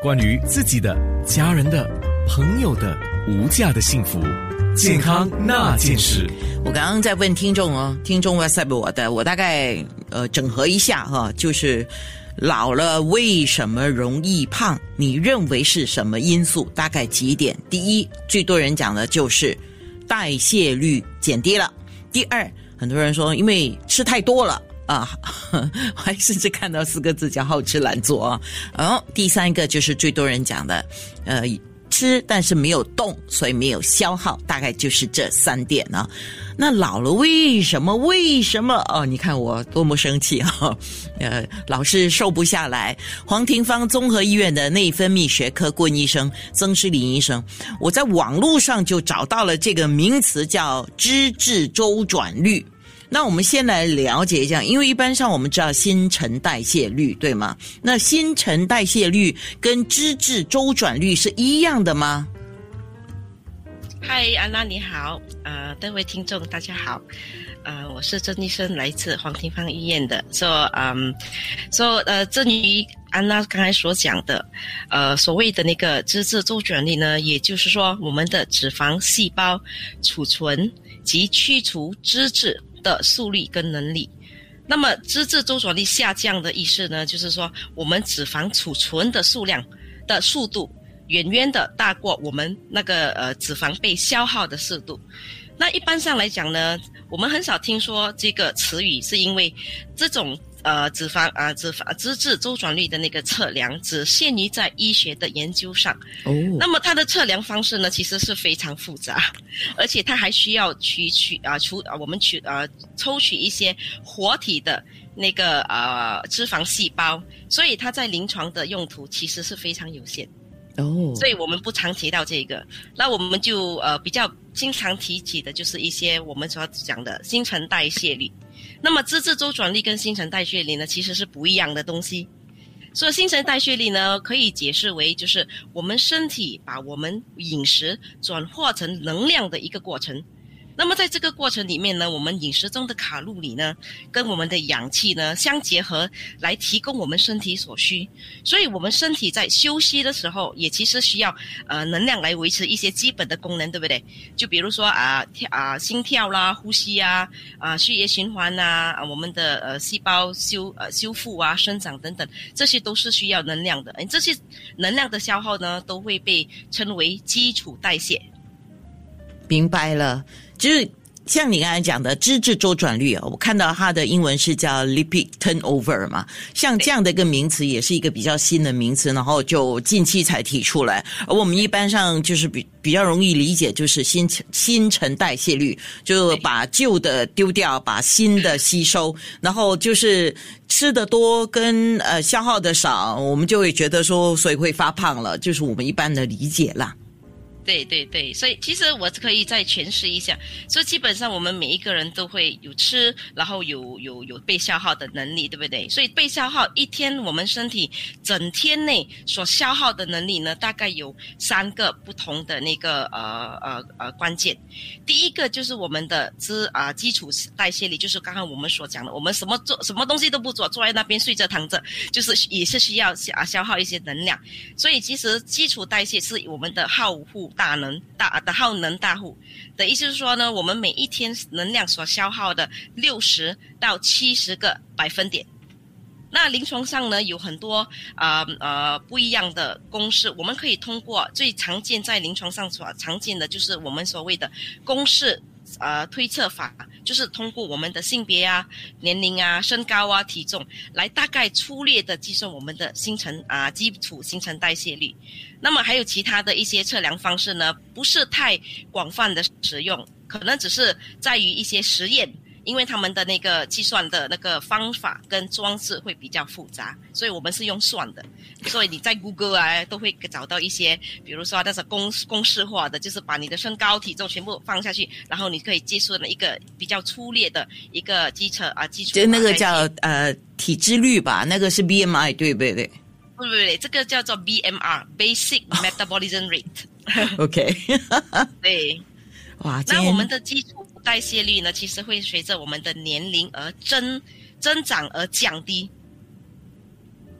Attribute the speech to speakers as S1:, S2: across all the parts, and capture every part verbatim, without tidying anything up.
S1: 关于自己的、家人的、朋友的无价的幸福。健康那件事，
S2: 我刚刚在问听众哦，听众 WhatsApp 我的，我大概呃整合一下哈，就是老了为什么容易胖？你认为是什么因素？大概几点？第一，最多人讲的就是代谢率减低了。第二，很多人说因为吃太多了啊，我还甚至看到四个字叫好吃懒做啊。然后第三个就是最多人讲的，呃。吃但是没有动，所以没有消耗，大概就是这三点啊。那老了为什么？为什么？哦，你看我多么生气啊！呃，老是瘦不下来。黄廷芳综合医院的内分泌学科顾问医生曾诗林医生，我在网络上就找到了这个名词，叫脂质周转率。那我们先来了解一下，因为一般上我们知道新陈代谢率，对吗？那新陈代谢率跟脂质周转率是一样的吗？
S3: 嗨，安娜你好，呃，各位听众大家好，呃，我是郑医生，来自黄廷芳医院的，说，嗯，说，呃，正如安娜刚才所讲的，呃，所谓的那个脂质周转率呢，也就是说，我们的脂肪细胞储存及去除脂质的速率跟能力。那么脂质周转率下降的意思呢，就是说我们脂肪储存的数量的速度远远的大过我们那个呃脂肪被消耗的速度。那一般上来讲呢，我们很少听说这个词语，是因为这种呃脂肪啊、呃、脂肪脂质周转率的那个测量只限于在医学的研究上。哦，那么它的测量方式呢，其实是非常复杂，而且它还需要取取啊除啊我们取呃抽取一些活体的那个呃脂肪细胞，所以它在临床的用途其实是非常有限。哦， oh. 所以我们不常提到这个，那我们就呃比较经常提起的就是一些我们所讲的新陈代谢率。那么脂质周转率跟新陈代谢率呢，其实是不一样的东西。所以新陈代谢率呢，可以解释为就是我们身体把我们饮食转化成能量的一个过程。那么在这个过程里面呢，我们饮食中的卡路里呢，跟我们的氧气呢相结合，来提供我们身体所需。所以我们身体在休息的时候，也其实需要呃能量来维持一些基本的功能，对不对？就比如说啊跳啊心跳啦、呼吸啊、啊血液循环啊、啊我们的呃细胞修呃修复啊、生长等等，这些都是需要能量的。这些能量的消耗呢，都会被称为基础代谢。
S2: 明白了，就是像你刚才讲的脂质周转率，我看到它的英文是叫 lipid turnover 嘛，像这样的一个名词也是一个比较新的名词，然后就近期才提出来。而我们一般上就是比比较容易理解，就是新陈新陈代谢率，就把旧的丢掉，把新的吸收，然后就是吃的多跟呃消耗的少，我们就会觉得说所以会发胖了，就是我们一般的理解啦。
S3: 对对对，所以其实我可以再诠释一下，所以基本上我们每一个人都会有吃，然后有有有被消耗的能力，对不对？所以被消耗一天，我们身体整天内所消耗的能力呢，大概有三个不同的那个呃呃呃关键。第一个就是我们的脂啊、呃、基础代谢力，就是刚刚我们所讲的，我们什么做什么东西都不做，坐在那边睡着躺着，就是也是需要啊消耗一些能量。所以其实基础代谢是我们的耗户。大能大的耗能大户的意思是说呢，我们每一天能量所消耗的六十到七十个百分点。那临床上呢有很多呃呃不一样的公式，我们可以通过最常见在临床上所常见的就是我们所谓的公式呃推测法，就是通过我们的性别啊、年龄啊、身高啊、体重来大概粗略的计算我们的新陈啊、呃、基础新陈代谢率。那么还有其他的一些测量方式呢，不是太广泛的使用，可能只是在于一些实验，因为他们的那个计算的那个方法跟装置会比较复杂，所以我们是用算的。所以你在 Google 啊都会找到一些，比如说那种公公式化的，就是把你的身高体重全部放下去，然后你可以计算了一个比较粗略的一个基础啊基础。
S2: 就那个叫呃体脂率吧，那个是 B M I 对不对？
S3: 不不不，这个叫做 B M R，Basic Metabolism Rate。OK， 对，哇，那我们的基础代谢率呢，其实会随着我们的年龄而增增长而降低。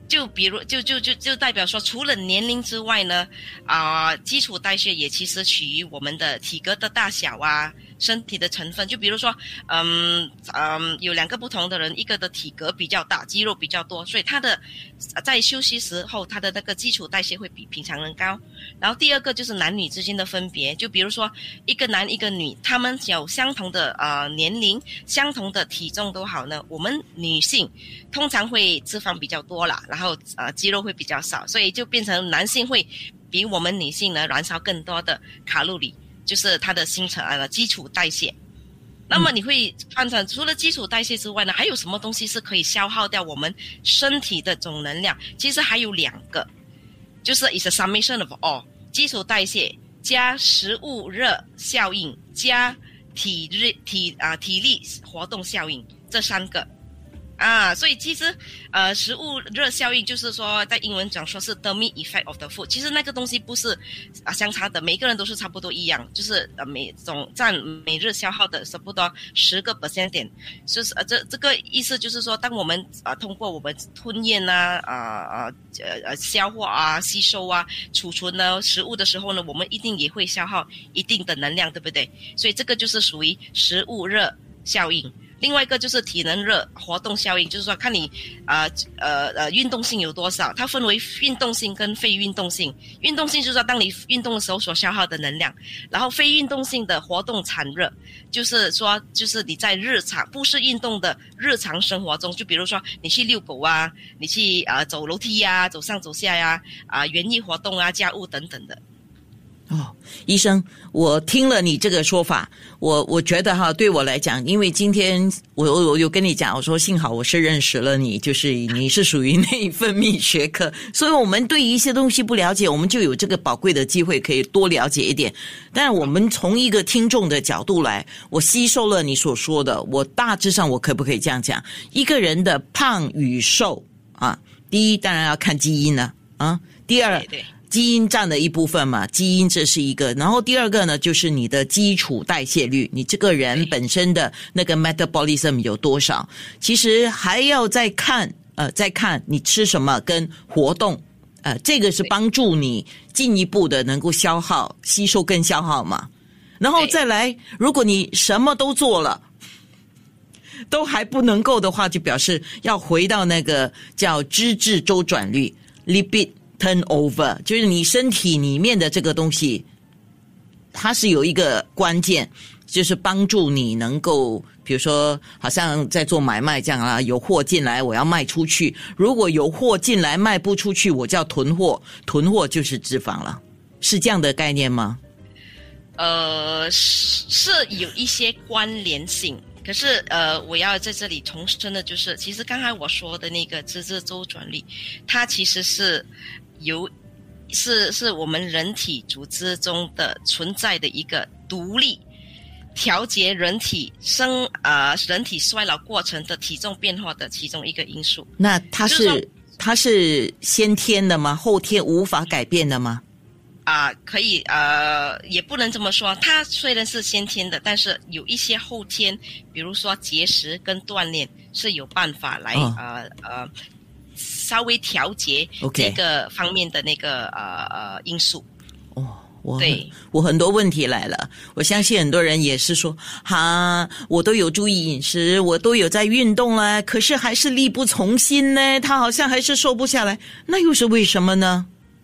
S3: 就比如就就就就代表说，除了年龄之外呢，啊、呃，基础代谢也其实取于我们的体格的大小啊，身体的成分。就比如说，嗯嗯，有两个不同的人，一个的体格比较大，肌肉比较多，所以他的在休息时候，他的那个基础代谢会比平常人高。然后第二个就是男女之间的分别，就比如说一个男一个女，他们有相同的呃年龄、相同的体重都好呢，我们女性通常会脂肪比较多啦，然后呃肌肉会比较少，所以就变成男性会比我们女性呢燃烧更多的卡路里，就是它的新陈呃基础代谢。那么你会看成除了基础代谢之外呢，还有什么东西是可以消耗掉我们身体的总能量？其实还有两个，就是 is a summation of all， 基础代谢加食物热效应加体力体啊、呃、体力活动效应，这三个。啊，所以其实，呃，食物热效应就是说，在英文讲说是 thermic effect of the food。其实那个东西不是啊相差的，每个人都是差不多一样，就是呃每总占每日消耗的差不多十个 percent 点。就是呃这这个意思就是说，当我们啊、呃、通过我们吞咽啊啊啊呃呃消化啊吸收啊储存呢食物的时候呢，我们一定也会消耗一定的能量，对不对？所以这个就是属于食物热效应。另外一个就是体能热活动效应，就是说看你呃呃呃运动性有多少，它分为运动性跟非运动性。运动性就是说当你运动的时候所消耗的能量，然后非运动性的活动产热，就是说就是你在日常不是运动的日常生活中，就比如说你去遛狗啊，你去呃走楼梯啊，走上走下呀啊、呃、园艺活动啊，家务等等的。
S2: 哦，医生，我听了你这个说法，我我觉得哈，对我来讲，因为今天我我有跟你讲，我说幸好我是认识了你，就是你是属于内分泌学科，所以我们对于一些东西不了解，我们就有这个宝贵的机会可以多了解一点。但我们从一个听众的角度来，我吸收了你所说的，我大致上我可不可以这样讲？一个人的胖与瘦啊，第一当然要看基因了啊，第二。
S3: 对对
S2: 基因占了一部分嘛，基因这是一个，然后第二个呢，就是你的基础代谢率，你这个人本身的那个 metabolism 有多少，其实还要再看，呃，再看你吃什么跟活动，呃，这个是帮助你进一步的能够消耗、吸收跟消耗嘛，然后再来，如果你什么都做了，都还不能够的话，就表示要回到那个叫脂质周转率 lipid turnover， 就是你身体里面的这个东西，它是有一个关键，就是帮助你能够，比如说好像在做买卖这样啦，有货进来我要卖出去，如果有货进来卖不出去，我叫囤货，囤货就是脂肪了，是这样的概念吗？
S3: 呃，是有一些关联性。可是，呃，我要在这里重申的就是，其实刚才我说的那个脂质周转率，它其实是由是是我们人体组织中的存在的一个独立调节人体生呃人体衰老过程的体重变化的其中一个因素。
S2: 那它是、就是、它是先天的吗？后天无法改变的吗？
S3: 啊、呃，可以，呃，也不能这么说。它虽然是先天的，但是有一些后天，比如说节食跟锻炼是有办法来、哦、呃呃稍微调节这个方面的那个、okay. 呃呃因素。
S2: 哦，我对我很多问题来了，我相信很多人也是说，哈，我都有注意饮食，我都有在运动了，可是还是力不从心呢，他好像还是瘦不下来，那又是为什么呢？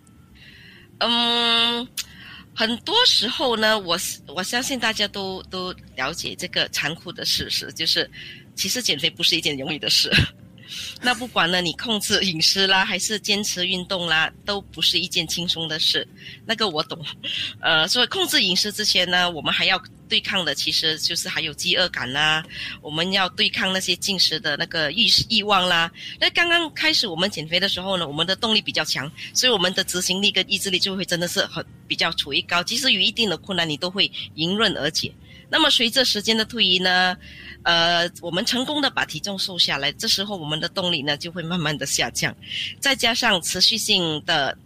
S3: 嗯，很多时候呢，我我相信大家都都了解这个残酷的事实，就是其实减肥不是一件容易的事。那不管呢，你控制饮食啦，还是坚持运动啦，都不是一件轻松的事。那个我懂，呃，所以控制饮食之前呢，我们还要对抗的，其实就是还有饥饿感啦，我们要对抗那些进食的那个欲欲望啦。那刚刚开始我们减肥的时候呢，我们的动力比较强，所以我们的执行力跟意志力就会真的是很比较处于高，即使有一定的困难，你都会迎刃而解。那么随着时间的推移呢，呃，我们成功的把体重瘦下来，这时候我们的动力呢就会慢慢的下降，再加上持续性的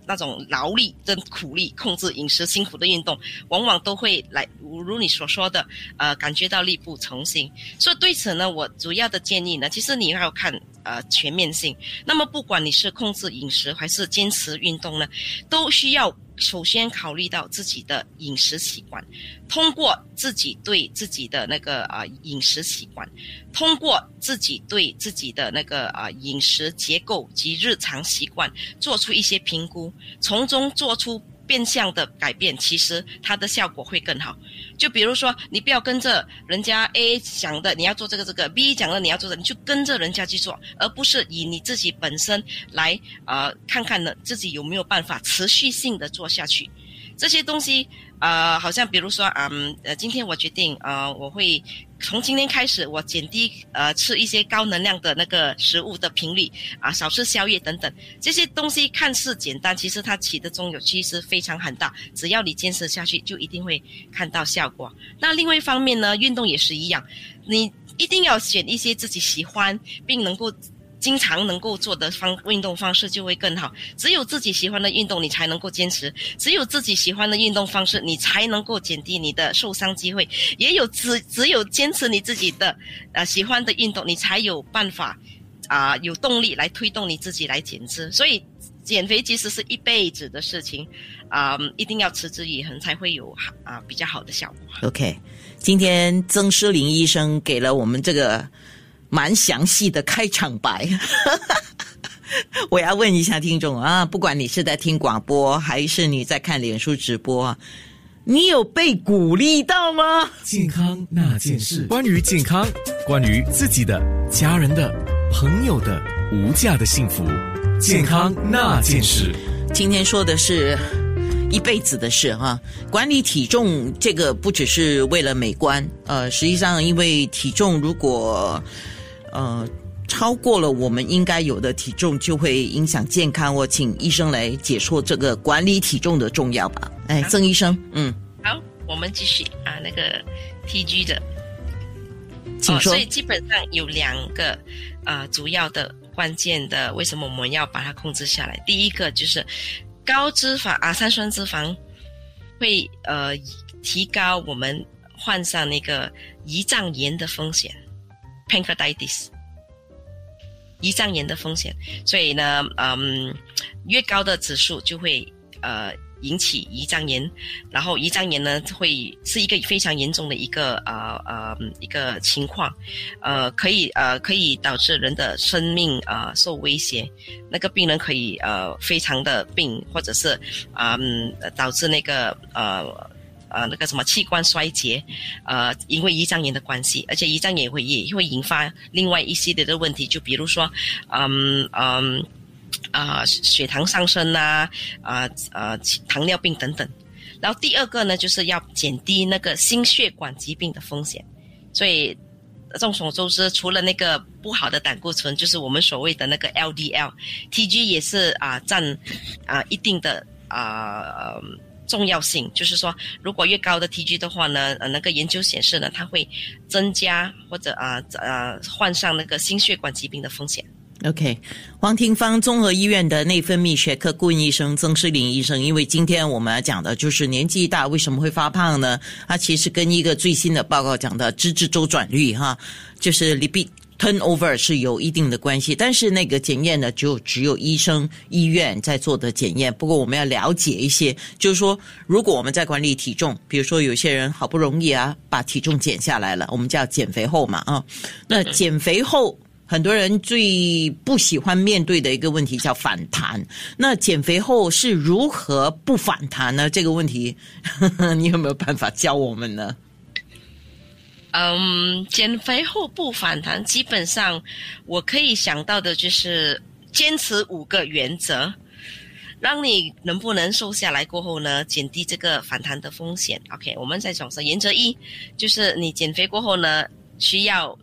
S3: 那种劳力跟苦力控制饮食辛苦的运动，往往都会来如你所说的呃感觉到力不从心。所以对此呢，我主要的建议呢，其实你要看呃全面性。那么不管你是控制饮食还是坚持运动呢，都需要首先考虑到自己的饮食习惯，通过自己对自己的那个啊、呃、饮食习惯，通过自己对自己的那个啊、呃、饮食结构及日常习惯做出一些评估，从中做出变相的改变，其实它的效果会更好。就比如说，你不要跟着人家 A 讲的你要做这个这个 B 讲的你要做的，你就跟着人家去做，而不是以你自己本身来呃看看呢自己有没有办法持续性的做下去。这些东西呃好像比如说嗯呃今天我决定呃我会从今天开始我减低呃吃一些高能量的那个食物的频率啊，少吃宵夜等等。这些东西看似简单，其实它起的作用其实非常很大，只要你坚持下去就一定会看到效果。那另外一方面呢，运动也是一样，你一定要选一些自己喜欢并能够经常能够做的方运动方式就会更好。只有自己喜欢的运动你才能够坚持，只有自己喜欢的运动方式你才能够减低你的受伤机会，也有只只有坚持你自己的呃喜欢的运动，你才有办法啊、呃、有动力来推动你自己来减脂。所以减肥其实是一辈子的事情啊、呃，一定要持之以恒才会有啊、呃、比较好的效果。
S2: OK， 今天曾诗龄医生给了我们这个蛮详细的开场白我要问一下听众啊，不管你是在听广播还是你在看脸书直播，你有被鼓励到吗？
S1: 健康那件事，关于健康，关于自己的、家人的、朋友的无价的幸福，健康那件事。
S2: 今天说的是一辈子的事哈，管理体重这个不只是为了美观，呃，实际上因为体重如果呃超过了我们应该有的体重，就会影响健康。我请医生来解说这个管理体重的重要吧。哎，曾医生，嗯，
S3: 好，我们继续啊，那个 T G 的，
S2: 请说。
S3: 哦、所以基本上有两个呃主要的关键的，为什么我们要把它控制下来？第一个就是高脂肪啊，三酸脂肪会呃提高我们患上那个胰脏炎的风险 ，pancreatitis。胰脏炎的风险，所以呢，嗯，越高的指数就会呃引起胰脏炎，然后胰脏炎呢会是一个非常严重的一个呃呃一个情况，呃可以呃可以导致人的生命呃受威胁，那个病人可以呃非常的病，或者是嗯导致那个呃。呃，那个什么器官衰竭，呃，因为胰脏炎的关系，而且胰脏炎会也会引发另外一系列的问题，就比如说，嗯嗯啊、呃，血糖上升啊，啊呃糖尿病等等。然后第二个呢，就是要减低那个心血管疾病的风险。所以众所周知，除了那个不好的胆固醇，就是我们所谓的那个 L D L，T G 也是啊、呃、占啊、呃、一定的啊。呃重要性，就是说如果越高的 T G 的话呢，呃，那个研究显示呢，它会增加或者啊 呃, 呃患上那个心血管疾病的风险。
S2: OK， 黄廷芳综合医院的内分泌学科顾问医生曾诗龄医生，因为今天我们要讲的就是年纪大为什么会发胖呢？它其实跟一个最新的报告讲的脂质周转率哈，就是 lipid turnover 是有一定的关系，但是那个检验呢，就只有医生医院在做的检验。不过我们要了解一些，就是说，如果我们在管理体重，比如说有些人好不容易啊把体重减下来了，我们叫减肥后嘛啊，那减肥后很多人最不喜欢面对的一个问题叫反弹。那减肥后是如何不反弹呢？这个问题呵呵你有没有办法教我们呢？
S3: 嗯，减肥后不反弹，基本上我可以想到的就是坚持五个原则，让你能不能瘦下来过后呢，减低这个反弹的风险。OK， 我们再讲说原则一，就是你减肥过后呢，需要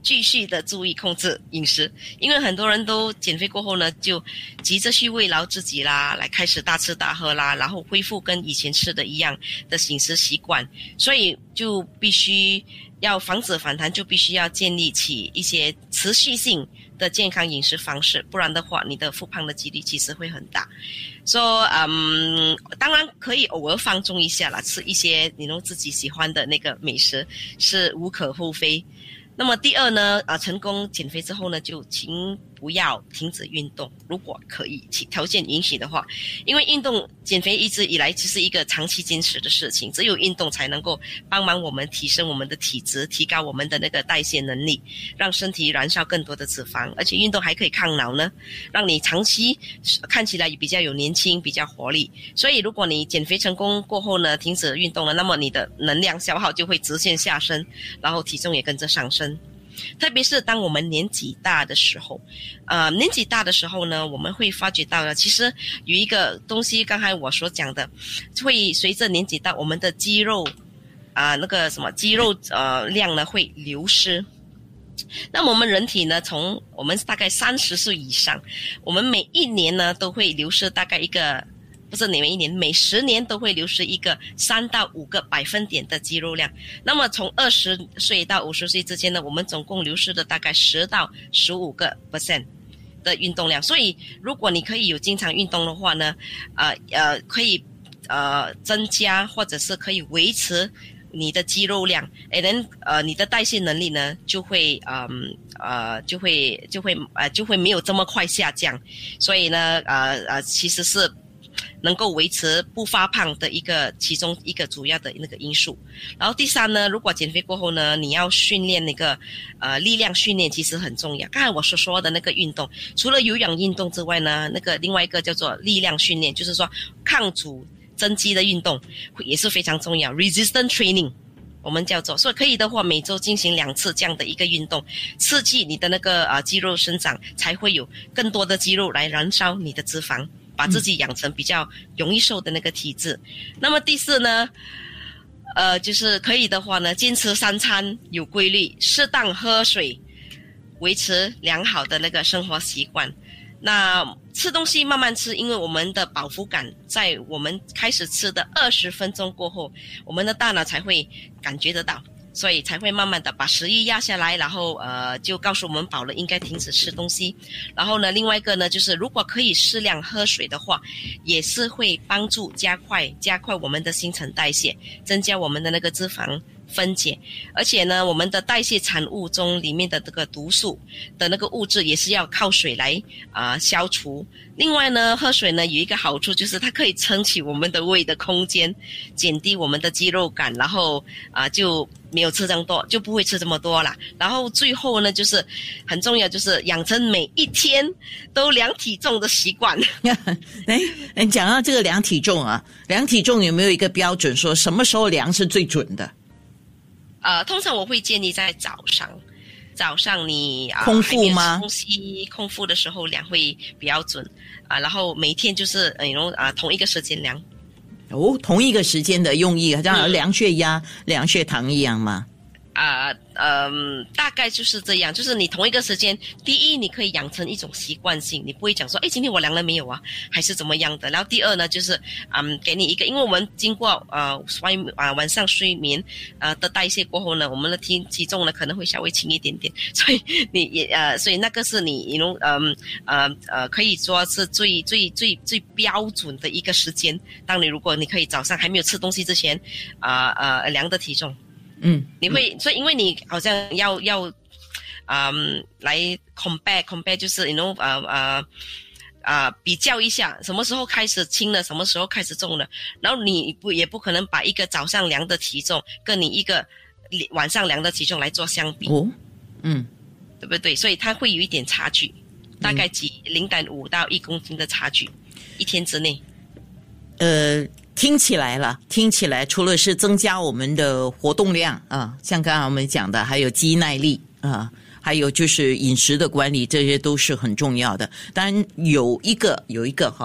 S3: 继续的注意控制饮食，因为很多人都减肥过后呢，就急着去慰劳自己啦，来开始大吃大喝啦，然后恢复跟以前吃的一样的饮食习惯，所以就必须要防止反弹，就必须要建立起一些持续性的健康饮食方式，不然的话，你的复胖的几率其实会很大。说，嗯，当然可以偶尔放纵一下啦，吃一些你弄自己喜欢的那个美食是无可厚非。那么第二呢，呃，成功减肥之后呢，就请不要停止运动，如果可以，条件允许的话，因为运动减肥一直以来就是一个长期坚持的事情，只有运动才能够帮忙我们提升我们的体质，提高我们的那个代谢能力，让身体燃烧更多的脂肪，而且运动还可以抗老呢，让你长期看起来比较有年轻，比较活力。所以如果你减肥成功过后呢，停止运动了，那么你的能量消耗就会直线下升，然后体重也跟着上升。特别是当我们年纪大的时候，呃，年纪大的时候呢，我们会发觉到了，其实有一个东西，刚才我所讲的，会随着年纪大，我们的肌肉啊、呃，那个什么肌肉呃量呢会流失。那么我们人体呢，从我们大概三十岁以上，我们每一年呢都会流失大概一个。不是每一年，每十年都会流失一个三到五个百分点的肌肉量。那么从二十岁到五十岁之间呢，我们总共流失的大概十到十五个 percent 的运动量。所以，如果你可以有经常运动的话呢，呃呃，可以呃增加或者是可以维持你的肌肉量，哎，能呃你的代谢能力呢就会嗯 呃, 呃就会就会呃就会没有这么快下降。所以呢，呃呃，其实是。能够维持不发胖的一个其中一个主要的那个因素。然后第三呢，如果减肥过后呢，你要训练那个呃力量训练，其实很重要。刚才我所说的那个运动，除了有氧运动之外呢，那个另外一个叫做力量训练，就是说抗阻增肌的运动也是非常重要 ，resistance training。我们叫做，所以可以的话，每周进行两次这样的一个运动，刺激你的那个呃肌肉生长，才会有更多的肌肉来燃烧你的脂肪。把自己养成比较容易瘦的那个体质。那么第四呢，呃，就是可以的话呢，坚持三餐有规律，适当喝水，维持良好的那个生活习惯。那吃东西慢慢吃，因为我们的饱腹感在我们开始吃的二十分钟过后，我们的大脑才会感觉得到。所以才会慢慢的把食欲压下来，然后呃就告诉我们饱了，应该停止吃东西。然后呢，另外一个呢，就是如果可以适量喝水的话，也是会帮助加快加快我们的新陈代谢，增加我们的那个脂肪分解。而且呢，我们的代谢产物中里面的这个毒素的那个物质也是要靠水来啊、呃、消除。另外呢，喝水呢有一个好处，就是它可以撑起我们的胃的空间，减低我们的肌肉感，然后啊、呃、就没有吃这么多，就不会吃这么多啦。然后最后呢，就是很重要，就是养成每一天都量体重的习惯。
S2: 哎，你讲到这个量体重啊，量体重有没有一个标准，说什么时候量是最准的？
S3: 呃，通常我会建议在早上，早上你啊、呃、
S2: 空腹吗？
S3: 吃东西空腹的时候量会比较准啊、呃，然后每天就是呃，然后啊同一个时间量。
S2: 哦，同一个时间的用意，好像量血压、嗯、量血糖一样吗？
S3: 啊，嗯，大概就是这样，就是你同一个时间，第一，你可以养成一种习惯性，你不会讲说，诶，今天我量了没有啊，还是怎么样的。然后第二呢，就是嗯，给你一个，因为我们经过呃睡啊晚上睡眠呃的代谢过后呢，我们的体体重呢可能会稍微轻一点点，所以你也呃，所以那个是你你弄嗯呃呃可以说是最最最最标准的一个时间。当你如果你可以早上还没有吃东西之前，啊 呃, 呃量的体重。
S2: 嗯，
S3: 你会、嗯、所以因为你好像要要嗯来 compare compare 就是 you know 呃呃呃比较一下什么时候开始轻了，什么时候开始重了，然后你不也不可能把一个早上量的体重跟你一个晚上量的体重来做相比。
S2: 哦，嗯，
S3: 对不对？所以它会有一点差距，大概几零点五到一公斤的差距，一天之内。
S2: 呃。听起来了，听起来除了是增加我们的活动量啊，像刚才我们讲的，还有肌耐力啊，还有就是饮食的管理，这些都是很重要的。当然有一个有一个哈，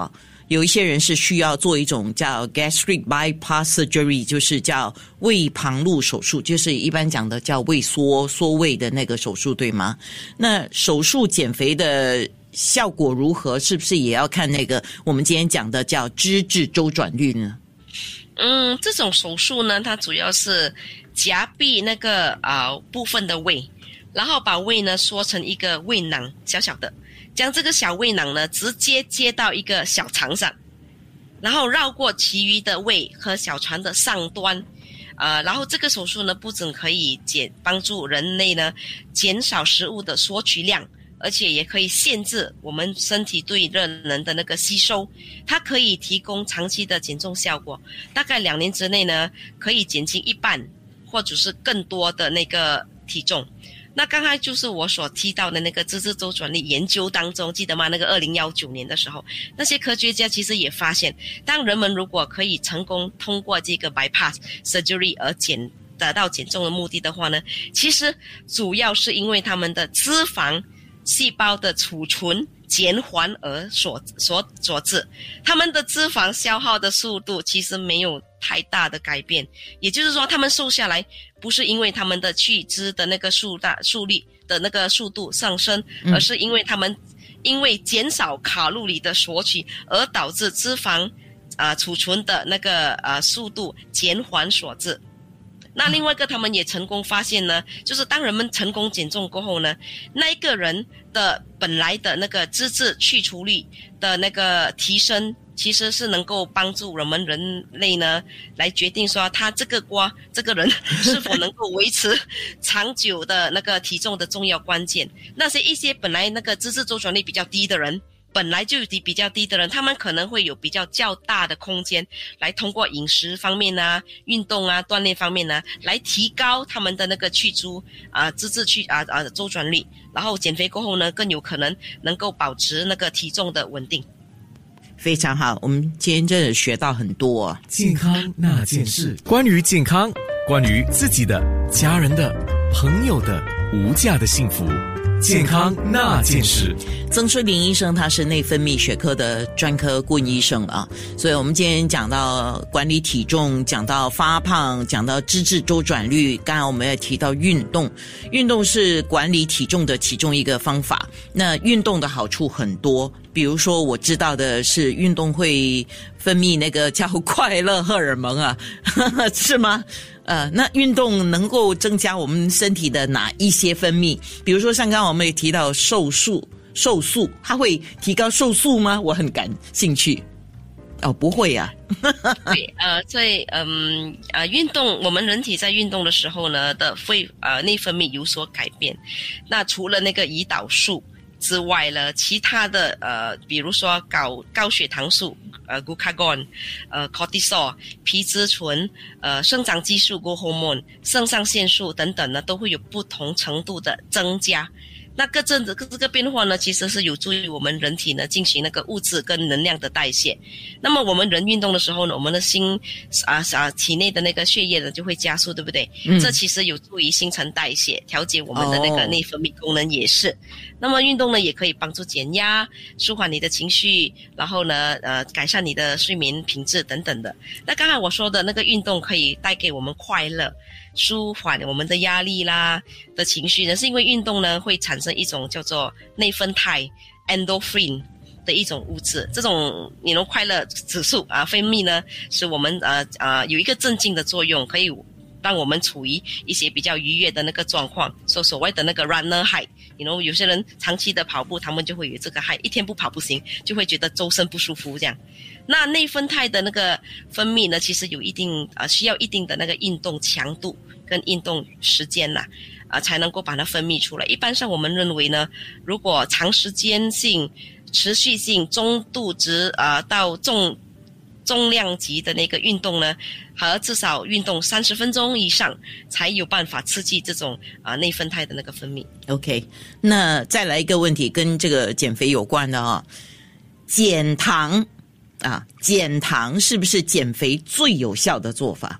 S2: 有一些人是需要做一种叫 gastric bypass surgery， 就是叫胃旁路手术，就是一般讲的叫胃缩缩胃的那个手术，对吗？那手术减肥的效果如何？是不是也要看那个我们今天讲的叫脂质周转率呢？
S3: 嗯，这种手术呢，它主要是夹闭那个呃部分的胃，然后把胃呢缩成一个胃囊，小小的，将这个小胃囊呢直接接到一个小肠上，然后绕过其余的胃和小肠的上端。呃，然后这个手术呢，不仅可以减帮助人类呢减少食物的索取量，而且也可以限制我们身体对热能的那个吸收，它可以提供长期的减重效果，大概两年之内呢，可以减轻一半或者是更多的那个体重。那刚才就是我所提到的那个脂质周转率研究当中，记得吗？那个二零一九年的时候，那些科学家其实也发现，当人们如果可以成功通过这个 bypass surgery 而减得到减重的目的的话呢，其实主要是因为他们的脂肪细胞的储存减缓而所所所致，他们的脂肪消耗的速度其实没有太大的改变，也就是说，他们瘦下来不是因为他们的去脂的那个数大数率的那个速度上升，而是因为他们因为减少卡路里的索取而导致脂肪啊、呃、储存的那个呃速度减缓所致。那另外一个，他们也成功发现呢，就是当人们成功减重过后呢，那一个人的本来的那个脂质去除率的那个提升，其实是能够帮助我们人类呢来决定说他这个瓜这个人是否能够维持长久的那个体重的重要关键。那些一些本来那个脂质周转率比较低的人，本来就低比较低的人，他们可能会有比较较大的空间来通过饮食方面啊、运动啊、锻炼方面啊，来提高他们的那个去猪啊、脂质去啊啊周转率，然后减肥过后呢，更有可能能够保持那个体重的稳定。
S2: 非常好，我们今天真的学到很多啊。
S1: 健康那件事，关于健康，关于自己的、家人的、朋友的无价的幸福。健康那件事，
S2: 曾淑玲医生他是内分泌学科的专科顾问医生啊，所以我们今天讲到管理体重，讲到发胖，讲到脂质周转率，刚才我们也提到运动，运动是管理体重的其中一个方法。那运动的好处很多，比如说我知道的是运动会分泌那个叫快乐荷尔蒙啊，是吗？呃，那运动能够增加我们身体的哪一些分泌？比如说像刚刚我们也提到瘦素，瘦素它会提高瘦素吗？我很感兴趣。哦，不会啊。
S3: 对，呃，在嗯呃运动，我们人体在运动的时候呢的会呃内分泌有所改变。那除了那个胰岛素之外呢，其他的呃，比如说高高血糖素，呃 glucagon， 呃 cortisol， 皮质醇，呃生长激素 growth hormone， 肾上腺素等等呢，都会有不同程度的增加。那个这这个变化呢，其实是有助于我们人体呢进行那个物质跟能量的代谢。那么我们人运动的时候呢，我们的心啊啊体内的那个血液呢就会加速，对不对？嗯，这其实有助于新陈代谢，调节我们的那个内分泌功能也是。哦，那么运动呢也可以帮助减压，舒缓你的情绪，然后呢呃改善你的睡眠品质等等的。那刚才我说的那个运动可以带给我们快乐，舒缓我们的压力啦的情绪呢，是因为运动呢会产生一种叫做内啡肽 endorphin 的一种物质，这种你能快乐指数啊分泌呢，使我们呃呃有一个镇静的作用，可以让我们处于一些比较愉悦的那个状况，所所谓的那个 runner high。you know 有些人长期的跑步，他们就会有这个 high， 一天不跑不行，就会觉得周身不舒服这样。那内啡肽的那个分泌呢，其实有一定呃需要一定的那个运动强度跟运动时间呐，啊、呃、才能够把它分泌出来。一般上我们认为呢，如果长时间性、持续性、中度值啊、呃、到重重量级的那个运动呢，和至少运动三十分钟以上，才有办法刺激这种啊、呃、内啡肽的那个分泌。
S2: OK， 那再来一个问题，跟这个减肥有关的啊、哦，减糖啊，减糖是不是减肥最有效的做法？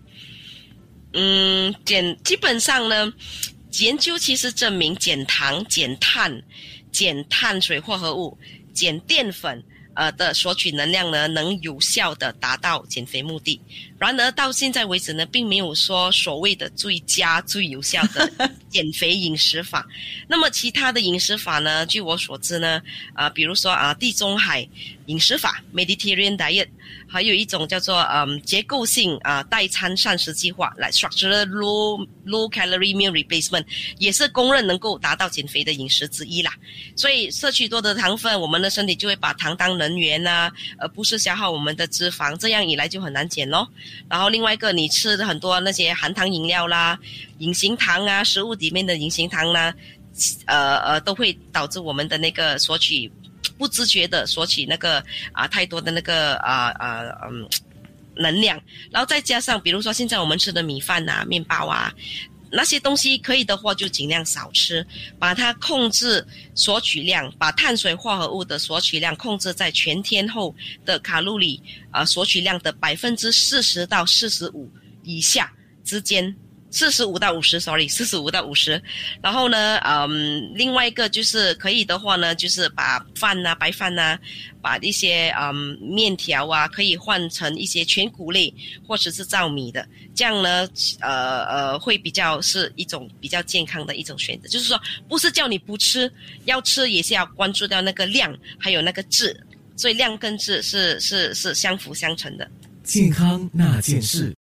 S3: 嗯，减基本上呢，研究其实证明减糖、减碳、减碳水化合物、减淀粉呃的索取能量呢，能有效的达到减肥目的。然而到现在为止呢，并没有说所谓的最佳最有效的减肥饮食法。那么其他的饮食法呢，据我所知呢，啊、呃，比如说啊、呃、地中海饮食法 Mediterranean Diet， 还有一种叫做嗯结构性啊、呃、代餐膳食计划来 Structural Low Low Calorie Meal Replacement， 也是公认能够达到减肥的饮食之一啦。所以摄取多的糖分，我们的身体就会把糖当能源啊，而不是消耗我们的脂肪，这样一来就很难减咯。然后另外一个，你吃的很多那些含糖饮料啦、隐形糖啊，食物里面的隐形糖啦，呃呃，都会导致我们的那个索取不自觉的索取那个啊、呃、太多的那个啊啊嗯能量。然后再加上比如说现在我们吃的米饭啊、面包啊，那些东西可以的话就尽量少吃，把它控制索取量，把碳水化合物的索取量控制在全天候的卡路里呃索取量的百分之四十到四十五以下之间，四十五到五十 sorry 四十五到五十。然后呢嗯另外一个就是可以的话呢，就是把饭啊白饭啊，把一些嗯面条啊可以换成一些全谷类或者是糙米的，这样呢呃呃会比较是一种比较健康的一种选择。就是说不是叫你不吃，要吃也是要关注到那个量还有那个质，所以量跟质是是是相辅相成的。
S1: 健康那件事。